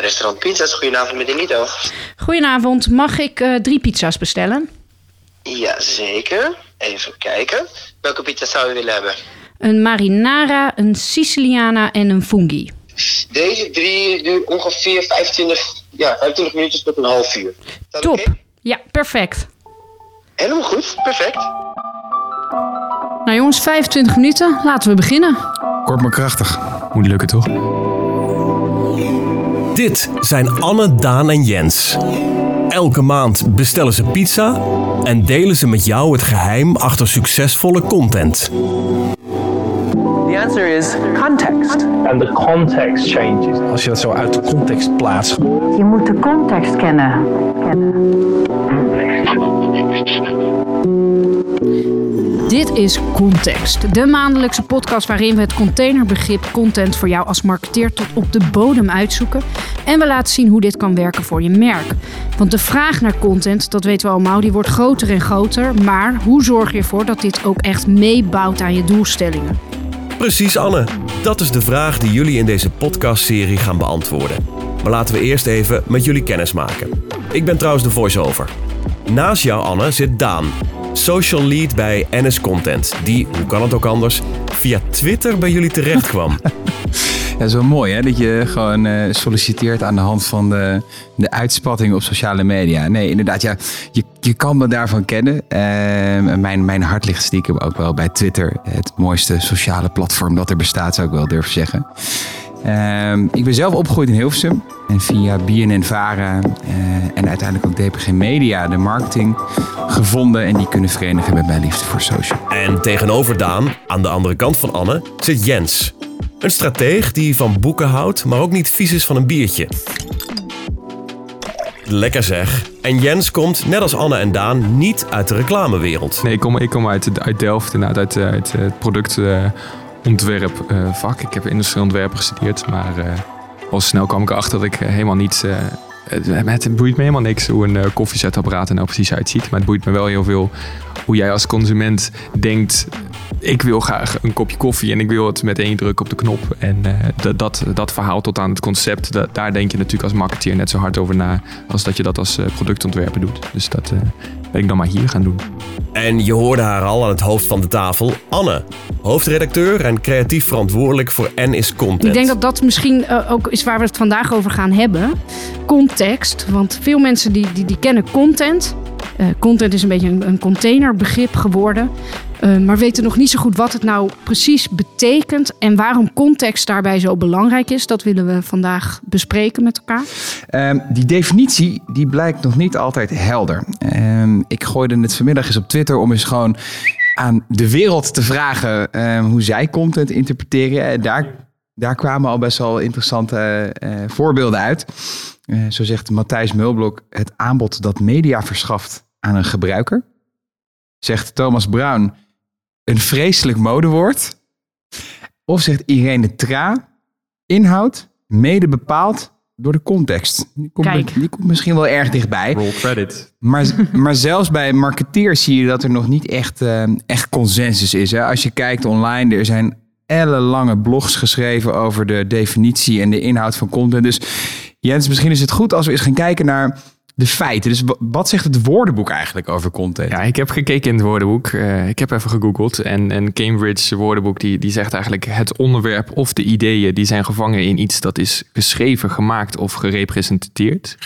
restaurant Pizza's. Goedenavond met Inito. Goedenavond, mag ik 3 pizza's bestellen? Jazeker. Even kijken. Welke pizza zou je willen hebben? Een marinara, een siciliana en een fungi. Deze 3 duurt ongeveer 25 minuutjes tot een half uur. Top. Okay? Ja, perfect. Helemaal goed. Perfect. Nou jongens, 25 minuten. Laten we beginnen. Kort maar krachtig. Moet lukken, toch? Dit zijn Anne, Daan en Jens. Elke maand bestellen ze pizza en delen ze met jou het geheim achter succesvolle content. The answer is context. And the context changes. Als je dat zo uit de context plaatst. Je moet de context kennen. Dit is Context, de maandelijkse podcast waarin we het containerbegrip content voor jou als marketeer tot op de bodem uitzoeken. En we laten zien hoe dit kan werken voor je merk. Want de vraag naar content, dat weten we allemaal, die wordt groter en groter. Maar hoe zorg je ervoor dat dit ook echt meebouwt aan je doelstellingen? Precies, Anne. Dat is de vraag die jullie in deze podcastserie gaan beantwoorden. Maar laten we eerst even met jullie kennis maken. Ik ben trouwens de voice-over. Naast jou, Anne, zit Daan, social lead bij NS Content, die, hoe kan het ook anders, via Twitter bij jullie terecht kwam. Ja, dat is wel mooi, hè? Dat je gewoon solliciteert aan de hand van de uitspatting op sociale media. Nee, inderdaad, ja, je kan me daarvan kennen. Mijn hart ligt stiekem ook wel bij Twitter. Het mooiste sociale platform dat er bestaat, zou ik wel durven zeggen. Ik ben zelf opgegroeid in Hilversum. En via BNN-Vara en uiteindelijk ook DPG Media de marketing gevonden. En die kunnen verenigen met mijn liefde voor social. En tegenover Daan, aan de andere kant van Anne, zit Jens. Een strateeg die van boeken houdt, maar ook niet vies is van een biertje. Lekker zeg. En Jens komt, net als Anne en Daan, niet uit de reclamewereld. Nee, ik kom uit Delft, inderdaad, uit het productontwerpvak. Ik heb industrieel ontwerpen gestudeerd, maar al snel kwam ik erachter dat ik helemaal niet... Het boeit me helemaal niks hoe een koffiezetapparaat er nou precies uitziet. Maar het boeit me wel heel veel hoe jij als consument denkt... Ik wil graag een kopje koffie en ik wil het met 1 druk op de knop. En dat verhaal tot aan het concept, daar denk je natuurlijk als marketeer net zo hard over na... als dat je dat als productontwerper doet. Dus dat ben ik dan maar hier gaan doen. En je hoorde haar al aan het hoofd van de tafel, Anne. Hoofdredacteur en creatief verantwoordelijk voor NS Content. Ik denk dat dat misschien ook is waar we het vandaag over gaan hebben. Context, want veel mensen die kennen content. Content is een beetje een containerbegrip geworden. Maar weten nog niet zo goed wat het nou precies betekent en waarom context daarbij zo belangrijk is. Dat willen we vandaag bespreken met elkaar. Die definitie die blijkt nog niet altijd helder. Ik gooide het vanmiddag eens op Twitter om eens gewoon aan de wereld te vragen hoe zij content interpreteren. Daar kwamen al best wel interessante voorbeelden uit. Zo zegt Matthijs Mulblok: het aanbod dat media verschaft aan een gebruiker. Zegt Thomas Bruin: een vreselijk modewoord. Of zegt Irene Tra: inhoud mede bepaald door de context. Die komt misschien wel erg dichtbij. Roll credit. Maar zelfs bij marketeers zie je dat er nog niet echt consensus is. Hè? Als je kijkt online, er zijn ellenlange blogs geschreven over de definitie en de inhoud van content. Dus Jens, misschien is het goed als we eens gaan kijken naar de feiten. Dus wat zegt het woordenboek eigenlijk over content? Ja, ik heb gekeken in het woordenboek. Ik heb even gegoogeld. En Cambridge woordenboek die zegt eigenlijk: het onderwerp of de ideeën die zijn gevangen in iets dat is geschreven, gemaakt of gerepresenteerd.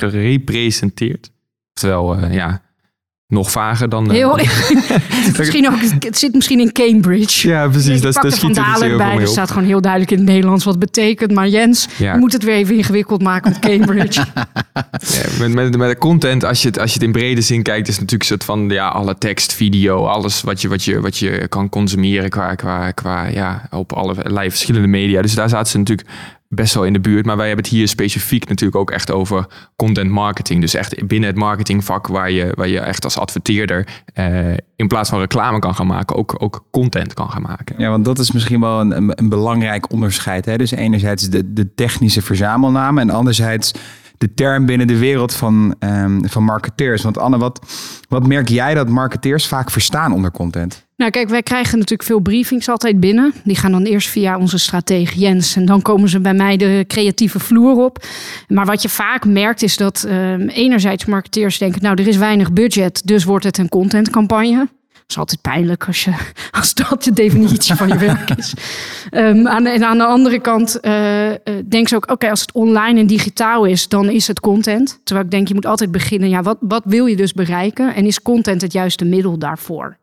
Terwijl, nog vager dan... Misschien ook, het zit misschien in Cambridge. Ja, precies. Dat schiet er dadelijk bij. Er staat gewoon heel duidelijk in het Nederlands wat het betekent. Maar Jens, je moet het weer even ingewikkeld maken met Cambridge. Met de content, als je het in brede zin kijkt, is het natuurlijk een soort van alle tekst, video, alles wat je kan consumeren qua op allerlei verschillende media. Dus daar zaten ze natuurlijk best wel in de buurt. Maar wij hebben het hier specifiek natuurlijk ook echt over content marketing. Dus echt binnen het marketingvak waar je echt als adverteerder in plaats van reclame kan gaan maken, ook content kan gaan maken. Ja, want dat is misschien wel een belangrijk onderscheid. Hè? Dus enerzijds de technische verzamelnamen en anderzijds de term binnen de wereld van marketeers. Want Anne, wat merk jij dat marketeers vaak verstaan onder content? Nou kijk, wij krijgen natuurlijk veel briefings altijd binnen. Die gaan dan eerst via onze stratege Jens. En dan komen ze bij mij de creatieve vloer op. Maar wat je vaak merkt is dat enerzijds marketeers denken... nou, er is weinig budget, dus wordt het een contentcampagne. Dat is altijd pijnlijk als dat de definitie van je werk is. Aan de andere kant denk ze ook... oké, als het online en digitaal is, dan is het content. Terwijl ik denk, je moet altijd beginnen... ja, wat wil je dus bereiken? En is content het juiste middel daarvoor?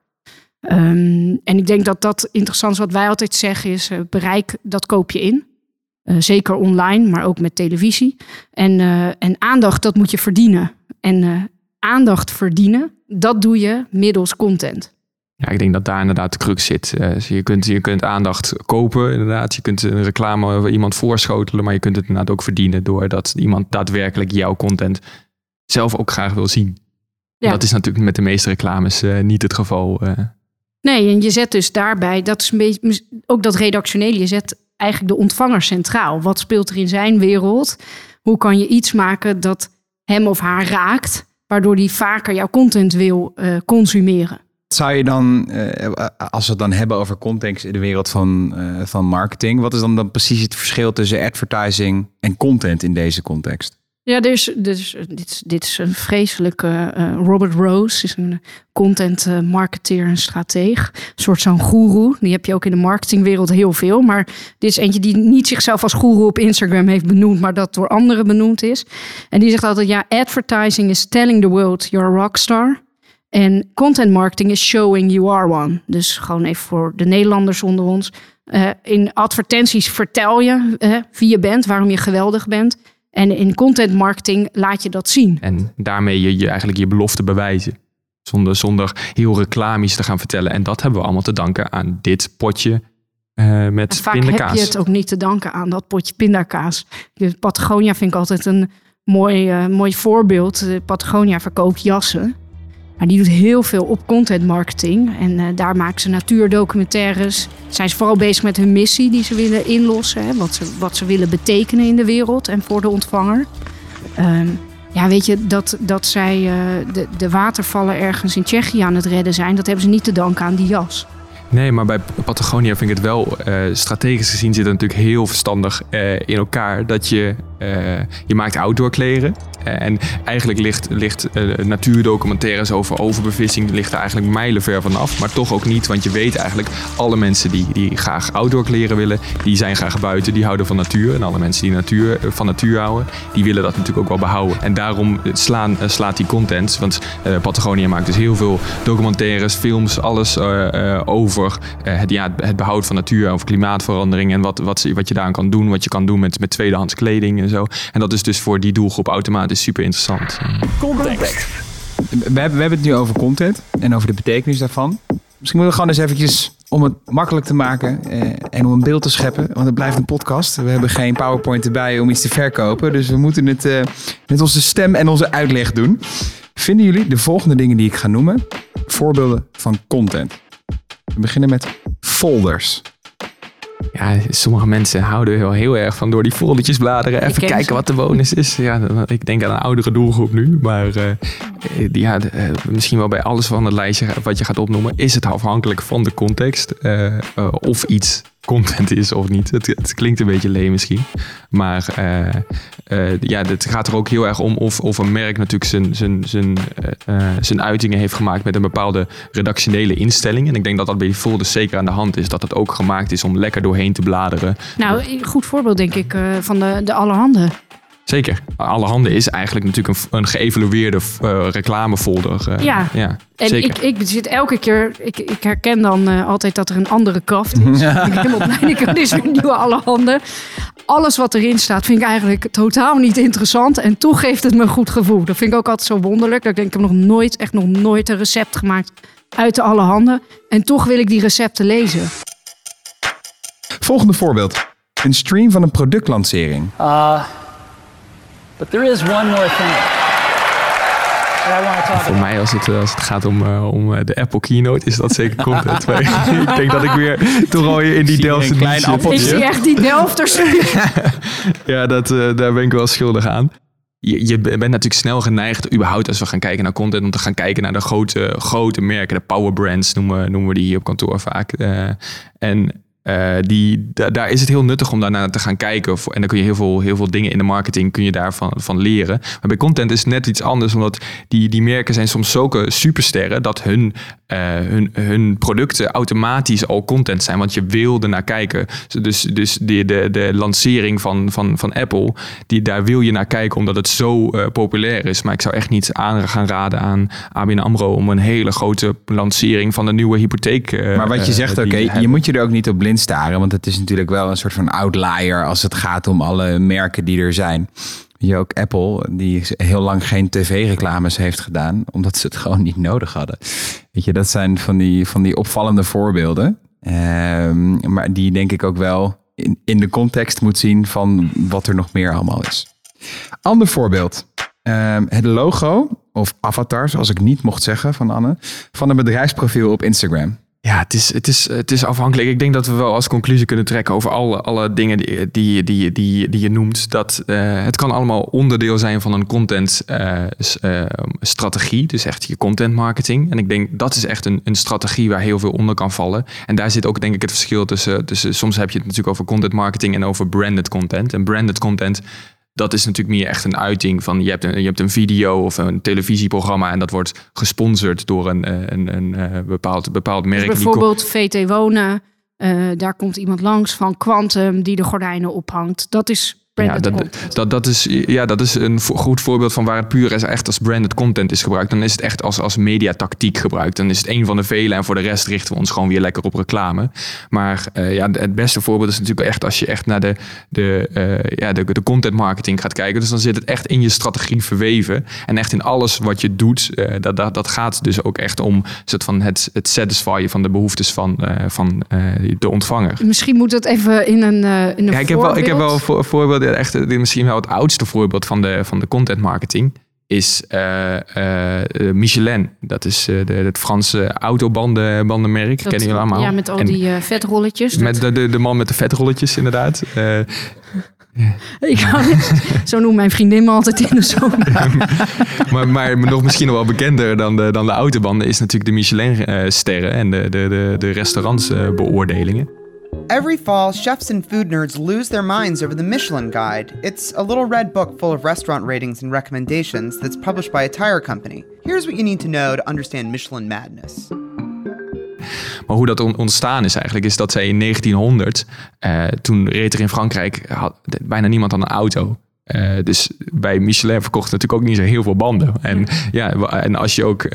En ik denk dat interessant is wat wij altijd zeggen is... bereik, dat koop je in. Zeker online, maar ook met televisie. En aandacht, dat moet je verdienen. En aandacht verdienen, dat doe je middels content. Ja, ik denk dat daar inderdaad de crux zit. Je kunt aandacht kopen, inderdaad. Je kunt een reclame iemand voorschotelen... maar je kunt het inderdaad ook verdienen... doordat iemand daadwerkelijk jouw content zelf ook graag wil zien. Ja. Dat is natuurlijk met de meeste reclames niet het geval. Nee, en je zet dus daarbij, dat is een beetje ook dat redactionele, je zet eigenlijk de ontvanger centraal. Wat speelt er in zijn wereld? Hoe kan je iets maken dat hem of haar raakt, waardoor die vaker jouw content wil consumeren? Zou je dan, als we het dan hebben over context in de wereld van marketing, wat is dan precies het verschil tussen advertising en content in deze context? Ja, dit is een vreselijke... Robert Rose is een content marketeer en strateeg. Een soort zo'n goeroe. Die heb je ook in de marketingwereld heel veel. Maar dit is eentje die niet zichzelf als goeroe op Instagram heeft benoemd... maar dat door anderen benoemd is. En die zegt altijd... ja, advertising is telling the world you're a rockstar. En content marketing is showing you are one. Dus gewoon even voor de Nederlanders onder ons. In advertenties vertel je wie je bent, waarom je geweldig bent... En in content marketing laat je dat zien. En daarmee je eigenlijk je belofte bewijzen. Zonder heel reclamisch te gaan vertellen. En dat hebben we allemaal te danken aan dit potje met vaak pindakaas. Vaak heb je het ook niet te danken aan dat potje pindakaas. Patagonia vind ik altijd een mooi voorbeeld. Patagonia verkoopt jassen. Maar die doet heel veel op content marketing. En daar maken ze natuurdocumentaires. Zijn ze vooral bezig met hun missie die ze willen inlossen. Hè? Wat ze willen betekenen in de wereld en voor de ontvanger. Ja, weet je, dat zij de watervallen ergens in Tsjechië aan het redden zijn... dat hebben ze niet te danken aan die jas. Nee, maar bij Patagonia vind ik het wel... strategisch gezien zit het natuurlijk heel verstandig in elkaar... dat je maakt outdoor kleren. En eigenlijk ligt natuurdocumentaires over overbevissing... ligt er eigenlijk mijlenver vanaf. Maar toch ook niet, want je weet eigenlijk... alle mensen die graag outdoor kleren willen... die zijn graag buiten, die houden van natuur. En alle mensen die van natuur houden... die willen dat natuurlijk ook wel behouden. En daarom slaat die content... want Patagonia maakt dus heel veel documentaires, films... alles over het behoud van natuur... over klimaatverandering en wat je daar kan doen... wat je kan doen met tweedehands kleding en zo. En dat is dus voor die doelgroep automatisch super interessant. Context. We hebben het nu over content en over de betekenis daarvan. Misschien moeten we gewoon eens eventjes, om het makkelijk te maken en om een beeld te scheppen, want het blijft een podcast. We hebben geen PowerPoint erbij om iets te verkopen, dus we moeten het met onze stem en onze uitleg doen. Vinden jullie de volgende dingen die ik ga noemen voorbeelden van content? We beginnen met folders. Ja, sommige mensen houden wel heel erg van door die foldertjes bladeren. Even kijken wat de bonus is. Ja, ik denk aan een oudere doelgroep nu. Maar misschien wel bij alles van het lijstje wat je gaat opnoemen... is het afhankelijk van de context. Of iets content is of niet. Het klinkt een beetje leem misschien. Maar het gaat er ook heel erg om of een merk natuurlijk zijn uitingen heeft gemaakt met een bepaalde redactionele instelling. En ik denk dat dat bij die folders zeker aan de hand is. Dat het ook gemaakt is om lekker doorheen te bladeren. Nou, een goed voorbeeld denk ik van de Allerhande. Zeker. Allerhande is eigenlijk natuurlijk een geëvalueerde reclamefolder. Ja, en zeker. Ik zit elke keer... Ik herken dan altijd dat er een andere kaft is. Ja. Ik ben helemaal blij. Dit is een nieuwe Allerhande. Alles wat erin staat vind ik eigenlijk totaal niet interessant. En toch geeft het me een goed gevoel. Dat vind ik ook altijd zo wonderlijk. Dat ik denk, ik heb nog nooit een recept gemaakt uit de Allerhande. En toch wil ik die recepten lezen. Volgende voorbeeld. Een stream van een productlancering. But there is one more thing. Voor mij, als het gaat om de Apple Keynote, is dat zeker content. Ik denk dat ik weer toch al in die Delftse klein appeltje. Ik zie echt die Delfters. Ja, daar ben ik wel schuldig aan. je bent natuurlijk snel geneigd, überhaupt als we gaan kijken naar content, om te gaan kijken naar de grote merken, de power brands noemen we die hier op kantoor vaak. Daar is het heel nuttig om daarnaar te gaan kijken. En dan kun je heel veel dingen in de marketing kun je daarvan leren. Maar bij content is het net iets anders. Omdat die merken zijn soms zulke supersterren dat hun producten automatisch al content zijn. Want je wil ernaar kijken. Dus de lancering van Apple, daar wil je naar kijken omdat het zo populair is. Maar ik zou echt niet gaan raden aan ABN AMRO om een hele grote lancering van de nieuwe hypotheek. Maar wat je zegt, je moet je er ook niet op blind staren, want het is natuurlijk wel een soort van outlier als het gaat om alle merken die er zijn. Je ook Apple, die heel lang geen tv-reclames heeft gedaan, omdat ze het gewoon niet nodig hadden. Weet je, dat zijn van die opvallende voorbeelden. Maar die denk ik ook wel in de context moet zien van wat er nog meer allemaal is. Ander voorbeeld. Het logo of avatar, zoals ik niet mocht zeggen van Anne, van een bedrijfsprofiel op Instagram. Ja, het is afhankelijk. Ik denk dat we wel als conclusie kunnen trekken over alle dingen die je noemt. Dat het kan allemaal onderdeel zijn van een content strategie. Dus echt je content marketing. En ik denk dat is echt een strategie waar heel veel onder kan vallen. En daar zit ook denk ik het verschil tussen soms heb je het natuurlijk over content marketing en over branded content. En branded content, dat is natuurlijk meer echt een uiting van je hebt een video of een televisieprogramma en dat wordt gesponsord door een bepaald merk. Dus bijvoorbeeld VT Wonen, daar komt iemand langs van Quantum die de gordijnen ophangt. Dat is branded content. Dat is een goed voorbeeld van waar het puur echt als branded content is gebruikt. Dan is het echt als mediatactiek gebruikt. Dan is het een van de vele en voor de rest richten we ons gewoon weer lekker op reclame. Maar het beste voorbeeld is natuurlijk echt als je echt naar de content marketing gaat kijken. Dus dan zit het echt in je strategie verweven. En echt in alles wat je doet. Dat gaat dus ook echt om het satisfyen van de behoeftes van de ontvanger. Misschien moet het even in een voorbeeld. Ik heb wel voorbeelden. Echt misschien wel het oudste voorbeeld van de content marketing is Michelin. Dat is het Franse autobandenmerk. Kennen jullie allemaal? Ja, met al die vetrolletjes. Met de man met de vetrolletjes, inderdaad. Zo noemt mijn vriendin me altijd in de zomer. maar nog misschien wel bekender dan de autobanden is natuurlijk de Michelin-sterren en de restaurantsbeoordelingen. Every fall, chefs and food nerds lose their minds over the Michelin Guide. It's a little red book full of restaurant ratings and recommendations that's published by a tire company. Here's what you need to know to understand Michelin madness. Maar hoe dat ontstaan is eigenlijk, is dat zij in 1900, toen reed er in Frankrijk, bijna niemand aan een auto. Dus bij Michelin verkocht natuurlijk ook niet zo heel veel banden. En als je ook...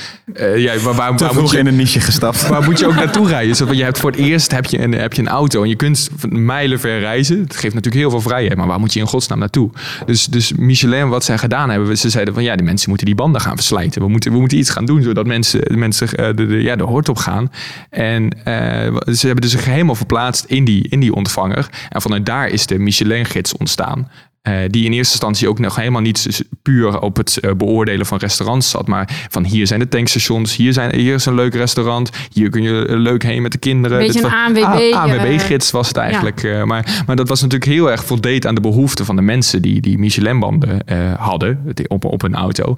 waar moet je in een niche gestapt? Waar moet je ook naartoe rijden? Want je hebt voor het eerst heb je een auto en je kunt mijlen ver reizen. Het geeft natuurlijk heel veel vrijheid, maar waar moet je in godsnaam naartoe? Dus Michelin, wat zij gedaan hebben, ze zeiden van die mensen moeten die banden gaan verslijten. We moeten iets gaan doen, zodat mensen de hort op gaan. En ze hebben dus zich helemaal verplaatst in die ontvanger. En vanuit daar is de Michelin-gids ontstaan. Die in eerste instantie ook nog helemaal niet puur op het beoordelen van restaurants zat. Maar van hier zijn de tankstations, hier is een leuk restaurant. Hier kun je leuk heen met de kinderen. Een beetje een ANWB-gids was het eigenlijk. Ja. Maar dat was natuurlijk heel erg voldeed aan de behoeften van de mensen die Michelin-banden hadden op een auto.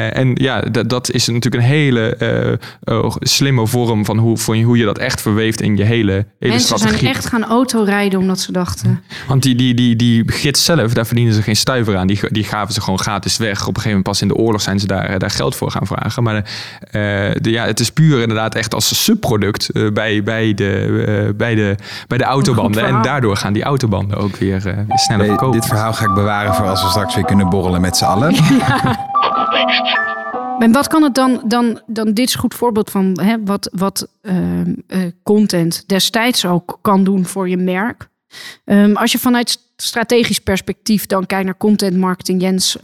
Dat is natuurlijk een hele slimme vorm van hoe je dat echt verweeft in je hele mensen strategie. Mensen zijn echt gaan autorijden omdat ze dachten. Want die gids zelf, daar verdienen ze geen stuiver aan. Die gaven ze gewoon gratis weg. Op een gegeven moment pas in de oorlog zijn ze daar geld voor gaan vragen. Maar het is puur inderdaad echt als subproduct bij de autobanden. En daardoor gaan die autobanden ook weer sneller verkopen. Dit verhaal ga ik bewaren voor als we straks weer kunnen borrelen met z'n allen. Ja. En wat kan het dan dit is een goed voorbeeld van wat content destijds ook kan doen voor je merk. Als je vanuit strategisch perspectief dan kijkt naar content marketing, Jens,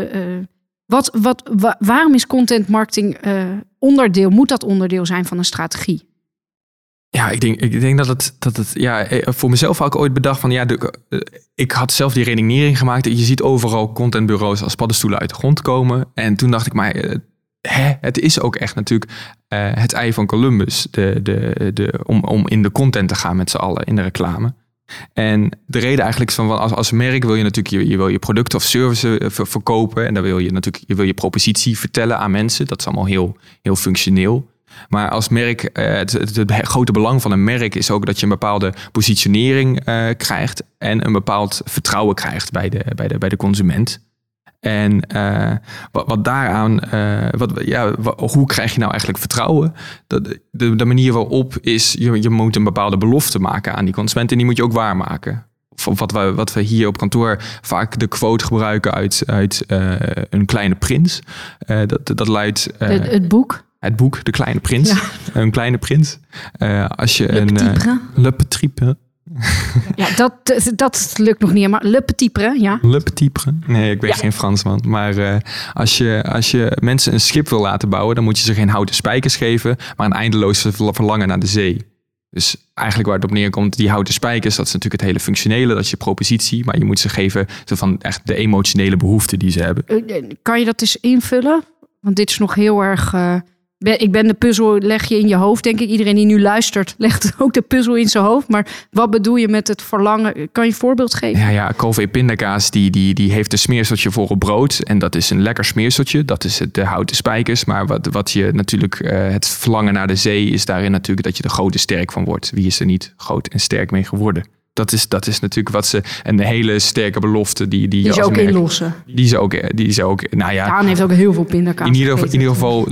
waarom is content marketing moet dat onderdeel zijn van een strategie? Ja, ik denk dat het voor mezelf had ik ooit bedacht van ik had zelf die redenering gemaakt. Je ziet overal contentbureaus als paddenstoelen uit de grond komen. En toen dacht ik het is ook echt natuurlijk het ei van Columbus om in de content te gaan met z'n allen in de reclame. En de reden eigenlijk is van als merk wil je natuurlijk je wil je producten of services verkopen. En dan wil je natuurlijk je propositie vertellen aan mensen. Dat is allemaal heel, heel functioneel. Maar als merk, het grote belang van een merk is ook dat je een bepaalde positionering krijgt. En een bepaald vertrouwen krijgt bij de consument. En wat daaraan, hoe krijg je nou eigenlijk vertrouwen? De manier waarop is, je moet een bepaalde belofte maken aan die consument en die moet je ook waarmaken. Of wat we hier op kantoor vaak de quote gebruiken uit Een Kleine Prins. Dat luidt... Het boek? Het boek, De Kleine Prins. Ja. Een Kleine Prins. Als je Le Petit Prince. Ja, dat lukt nog niet. Maar Le Petit Prince, ja. Le Petit Prince. Nee, ik weet geen Fransman. Maar als je mensen een schip wil laten bouwen, dan moet je ze geen houten spijkers geven, maar een eindeloos verlangen naar de zee. Dus eigenlijk waar het op neerkomt, die houten spijkers, dat is natuurlijk het hele functionele, dat is je propositie. Maar je moet ze geven van echt de emotionele behoeften die ze hebben. Kan je dat eens invullen? Want dit is nog heel erg... Ik ben de puzzel, leg je in je hoofd, denk ik. Iedereen die nu luistert, legt ook de puzzel in zijn hoofd. Maar wat bedoel je met het verlangen? Kan je een voorbeeld geven? Ja, Calvé pindakaas, die heeft een smeerseltje voor op brood. En dat is een lekker smeerseltje. Dat is de houten spijkers. Maar wat je natuurlijk, het verlangen naar de zee is daarin natuurlijk dat je er groot en sterk van wordt. Wie is er niet groot en sterk mee geworden? Dat is natuurlijk wat ze... Een hele sterke belofte die ze ook inlossen. Die ze ook... Nou ja, Daan heeft ook heel veel pindakaas. In ieder geval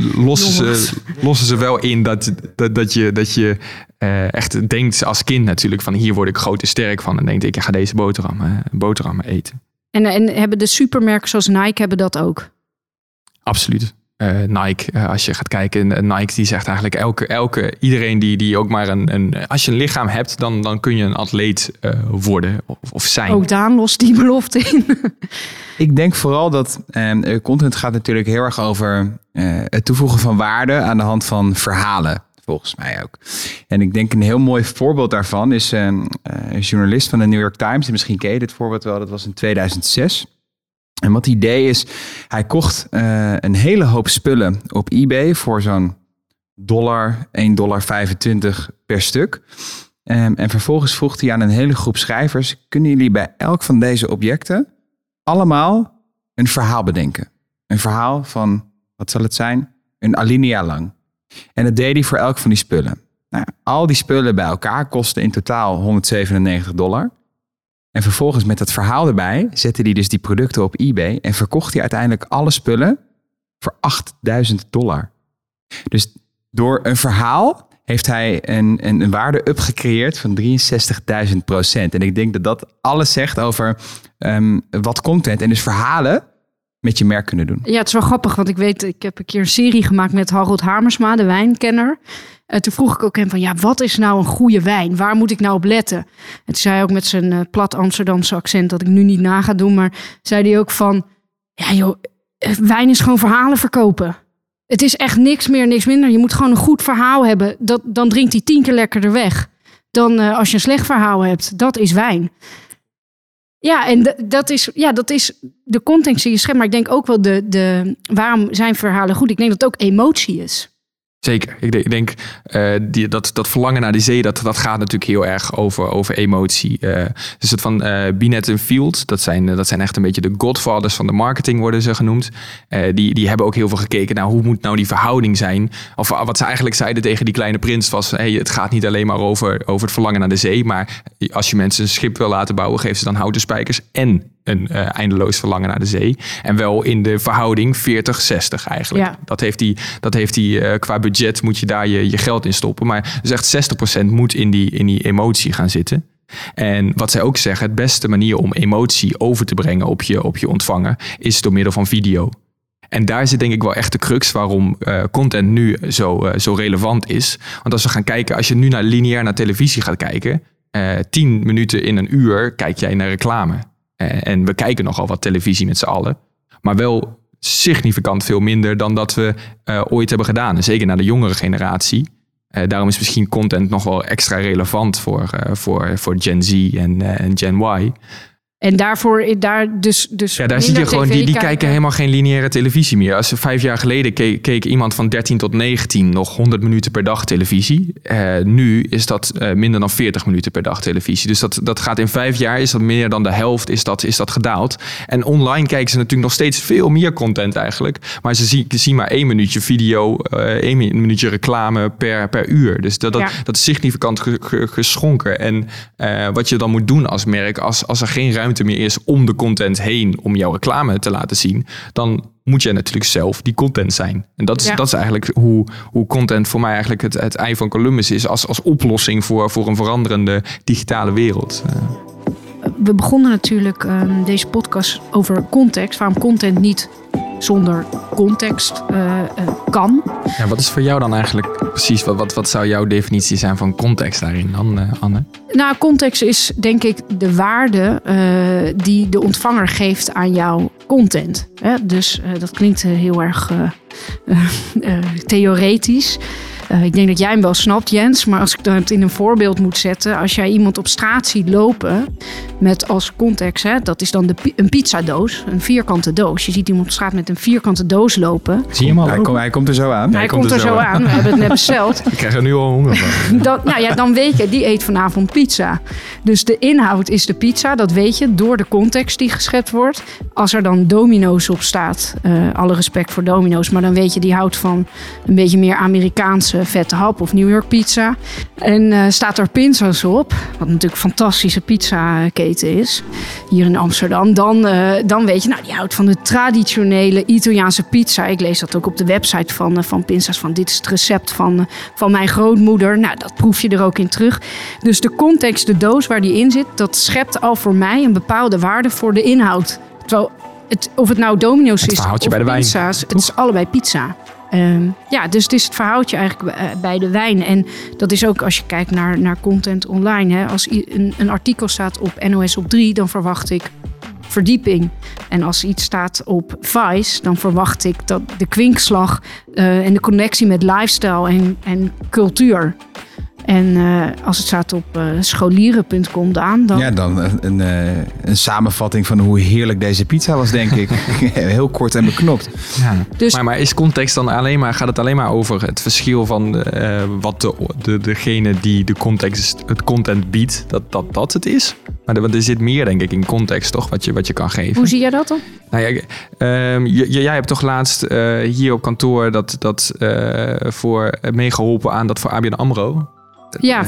lossen ze wel in dat je echt denkt als kind natuurlijk van hier word ik groot en sterk van. En denkt ik ga deze boterhammen eten. En hebben de supermerken zoals Nike hebben dat ook? Absoluut. Nike, als je gaat kijken, Nike die zegt eigenlijk iedereen die ook maar als je een lichaam hebt, dan kun je een atleet worden of zijn. Ook Daan lost die belofte in. Ik denk vooral dat content gaat natuurlijk heel erg over het toevoegen van waarde aan de hand van verhalen. Volgens mij ook. En ik denk een heel mooi voorbeeld daarvan is een journalist van de New York Times. En misschien ken je dit voorbeeld wel, dat was in 2006. En wat het idee is, hij kocht een hele hoop spullen op eBay voor zo'n $1,25 per stuk. En vervolgens vroeg hij aan een hele groep schrijvers, kunnen jullie bij elk van deze objecten allemaal een verhaal bedenken? Een verhaal van, wat zal het zijn? Een alinea lang. En dat deed hij voor elk van die spullen. Nou, al die spullen bij elkaar kosten in totaal $197. En vervolgens met dat verhaal erbij zette hij dus die producten op eBay en verkocht hij uiteindelijk alle spullen voor $8.000. Dus door een verhaal heeft hij een waarde-up gecreëerd van 63.000%. En ik denk dat alles zegt over wat content en dus verhalen met je merk kunnen doen. Ja, het is wel grappig, want ik heb een keer een serie gemaakt met Harold Hamersma, de wijnkenner. Toen vroeg ik ook hem van, wat is nou een goede wijn? Waar moet ik nou op letten? En toen zei hij ook met zijn plat Amsterdamse accent, dat ik nu niet na ga doen, maar zei hij ook van, wijn is gewoon verhalen verkopen. Het is echt niks meer, niks minder. Je moet gewoon een goed verhaal hebben. Dan drinkt hij 10 keer lekkerder weg dan als je een slecht verhaal hebt. Dat is wijn. Ja, en dat is de context die je schept. Maar ik denk ook wel waarom zijn verhalen goed? Ik denk dat het ook emotie is. Zeker. Ik denk dat verlangen naar de zee, dat gaat natuurlijk heel erg over emotie. Dus het van Binet en Field, dat zijn echt een beetje de godfathers van de marketing, worden ze genoemd. Die hebben ook heel veel gekeken naar hoe moet nou die verhouding zijn. Of wat ze eigenlijk zeiden tegen die Kleine Prins was, het gaat niet alleen maar over het verlangen naar de zee, maar als je mensen een schip wil laten bouwen, geef ze dan houten spijkers en een eindeloos verlangen naar de zee. En wel in de verhouding 40-60 eigenlijk. Ja. Dat heeft hij qua budget moet je daar je geld in stoppen. Maar dus echt 60% moet in die emotie gaan zitten. En wat zij ook zeggen, het beste manier om emotie over te brengen op je ontvanger is door middel van video. En daar zit denk ik wel echt de crux waarom content nu zo relevant is. Want als we gaan kijken, als je nu lineair naar televisie gaat kijken, 10 minuten in een uur kijk jij naar reclame. En we kijken nogal wat televisie met z'n allen. Maar wel significant veel minder dan dat we ooit hebben gedaan. En zeker naar de jongere generatie. Daarom is misschien content nog wel extra relevant voor Gen Z en Gen Y. En daar zie je gewoon, die kijken helemaal geen lineaire televisie meer. Als 5 jaar geleden keek iemand van 13 tot 19 nog 100 minuten per dag televisie. Nu is dat minder dan 40 minuten per dag televisie. Dus dat gaat in 5 jaar, is dat meer dan de helft, is dat gedaald. En online kijken ze natuurlijk nog steeds veel meer content eigenlijk. Maar ze zien maar 1 minuutje video, 1 minuutje reclame per uur. Dus dat is significant geschonken. En wat je dan moet doen als merk, als er geen ruimte meer is om de content heen om jouw reclame te laten zien, dan moet je natuurlijk zelf die content zijn. En dat is eigenlijk hoe content voor mij eigenlijk het ei van Columbus is als oplossing voor een veranderende digitale wereld. We begonnen natuurlijk deze podcast over context. Waarom content niet zonder context kan. Ja, wat is voor jou dan eigenlijk precies? Wat zou jouw definitie zijn van context daarin dan, Anne? Nou, context is denk ik de waarde die de ontvanger geeft aan jouw content. Dus dat klinkt heel erg theoretisch. Ik denk dat jij hem wel snapt, Jens. Maar als ik dat in een voorbeeld moet zetten. Als jij iemand op straat ziet lopen met als context, dat is dan een pizzadoos. Een vierkante doos. Je ziet iemand op straat met een vierkante doos lopen. Zie je hem al? Hij komt er zo aan. Hij komt er zo aan. We hebben het net besteld. Ik krijg er nu al honger van. Dan weet je, die eet vanavond pizza. Dus de inhoud is de pizza. Dat weet je door de context die geschept wordt. Als er dan Domino's op staat. Alle respect voor Domino's. Maar dan weet je, die houdt van een beetje meer Amerikaanse vette hap of New York pizza. En staat er Pinza's op, wat natuurlijk een fantastische pizzaketen is, hier in Amsterdam. Dan weet je, nou, die houdt van de traditionele Italiaanse pizza. Ik lees dat ook op de website van Pinza's, van dit is het recept van mijn grootmoeder. Nou, dat proef je er ook in terug. Dus de context, de doos waar die in zit, dat schept al voor mij een bepaalde waarde voor de inhoud. Terwijl of het nou Domino's is of bij de pizza's, het is allebei pizza. Dus het is het verhaaltje eigenlijk bij de wijn. En dat is ook als je kijkt naar content online. Hè. Als een artikel staat op NOS op 3, dan verwacht ik verdieping. En als iets staat op Vice, dan verwacht ik dat de kwinkslag en de connectie met lifestyle en cultuur. En als het staat op scholieren.com dan... Ja, dan een samenvatting van hoe heerlijk deze pizza was, denk ik. Heel kort en beknopt. Ja. Dus, maar is context dan gaat het alleen maar over het verschil van wat degene die het content biedt, dat het is? Maar er zit meer, denk ik, in context, toch? Wat je kan geven. Hoe zie jij dat dan? Nou ja, jij hebt toch laatst hier op kantoor dat voor meegeholpen aan dat voor ABN AMRO? Ja,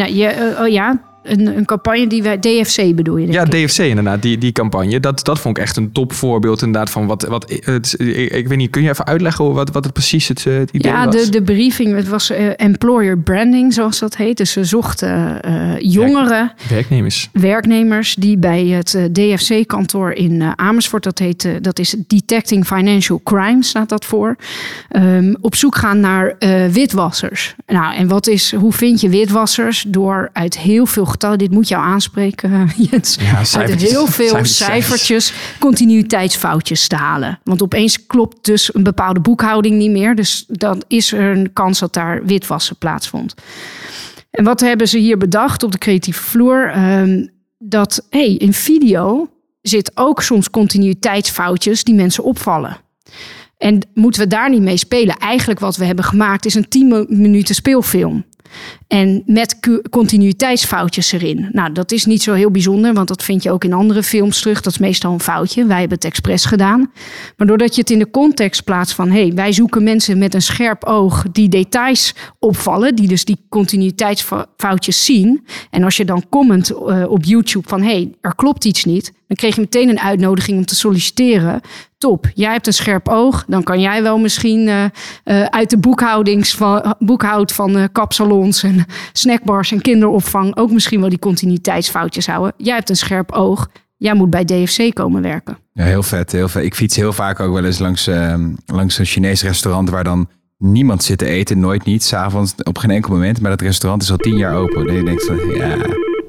een campagne die wij... DFC bedoel je, denk ik. DFC inderdaad, die campagne. Dat vond ik echt een topvoorbeeld inderdaad van wat ik weet niet, kun je even uitleggen wat het precies het idee was? Ja, de briefing, het was employer branding, zoals dat heet. Dus ze zochten jongeren... Werknemers die bij het DFC-kantoor in Amersfoort, dat is Detecting Financial Crime, staat dat voor. Op zoek gaan naar witwassers. Nou, en hoe vind je witwassers? Door uit heel veel getallen, dit moet jou aanspreken, Jens. Ja, uit heel veel cijfertjes, continuïteitsfoutjes te halen. Want opeens klopt dus een bepaalde boekhouding niet meer. Dus dan is er een kans dat daar witwassen plaatsvond. En wat hebben ze hier bedacht op de creatieve vloer? Dat in video zit ook soms continuïteitsfoutjes die mensen opvallen. En moeten we daar niet mee spelen? Eigenlijk wat we hebben gemaakt is een 10 minuten speelfilm. En met continuïteitsfoutjes erin. Nou, dat is niet zo heel bijzonder, want dat vind je ook in andere films terug. Dat is meestal een foutje. Wij hebben het expres gedaan. Maar doordat je het in de context plaatst van... wij zoeken mensen met een scherp oog die details opvallen... die dus die continuïteitsfoutjes zien. En als je dan comment op YouTube van... er klopt iets niet... dan kreeg je meteen een uitnodiging om te solliciteren. Top, jij hebt een scherp oog. Dan kan jij wel misschien uit de boekhoud van kapsalons... en snackbars en kinderopvang... ook misschien wel die continuïteitsfoutjes houden. Jij hebt een scherp oog. Jij moet bij DFC komen werken. Ja, heel vet, heel vet. Ik fiets heel vaak ook wel eens langs een Chinees restaurant... waar dan niemand zit te eten, nooit niet. 's Avonds op geen enkel moment. Maar dat restaurant is al 10 jaar open. Dan denk je van,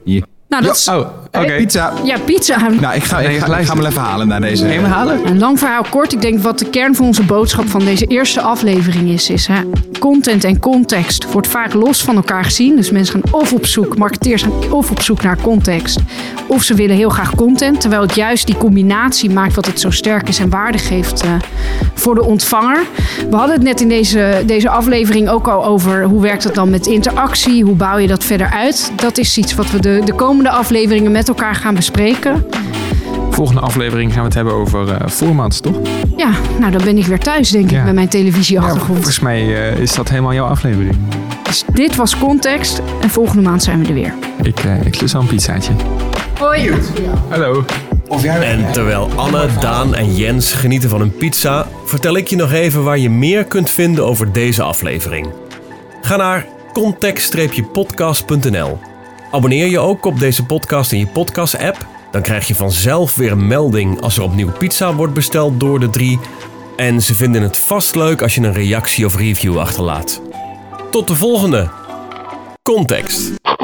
Nou, dat is... Oké. Pizza. Ja, pizza. Nou, ik ga hem even halen naar deze. Neem me halen. Een lang verhaal kort. Ik denk wat de kern van onze boodschap van deze eerste aflevering is content en context wordt vaak los van elkaar gezien. Dus mensen gaan of op zoek, marketeers gaan of op zoek naar context, of ze willen heel graag content. Terwijl het juist die combinatie maakt wat het zo sterk is en waarde geeft voor de ontvanger. We hadden het net in deze aflevering ook al over hoe werkt het dan met interactie, hoe bouw je dat verder uit. Dat is iets wat we de komende afleveringen met elkaar gaan bespreken. Volgende aflevering gaan we het hebben over formats, toch? Ja, nou dan ben ik weer thuis, denk ik, met mijn televisieachtergrond. Volgens mij is dat helemaal jouw aflevering. Dus dit was Context en volgende maand zijn we er weer. Ik lust al een pizzaatje. Hoi. Hallo. En terwijl Anne, Daan en Jens genieten van een pizza, vertel ik je nog even waar je meer kunt vinden over deze aflevering. Ga naar context-podcast.nl. Abonneer je ook op deze podcast in je podcast-app. Dan krijg je vanzelf weer een melding als er opnieuw pizza wordt besteld door de 3. En ze vinden het vast leuk als je een reactie of review achterlaat. Tot de volgende. Context.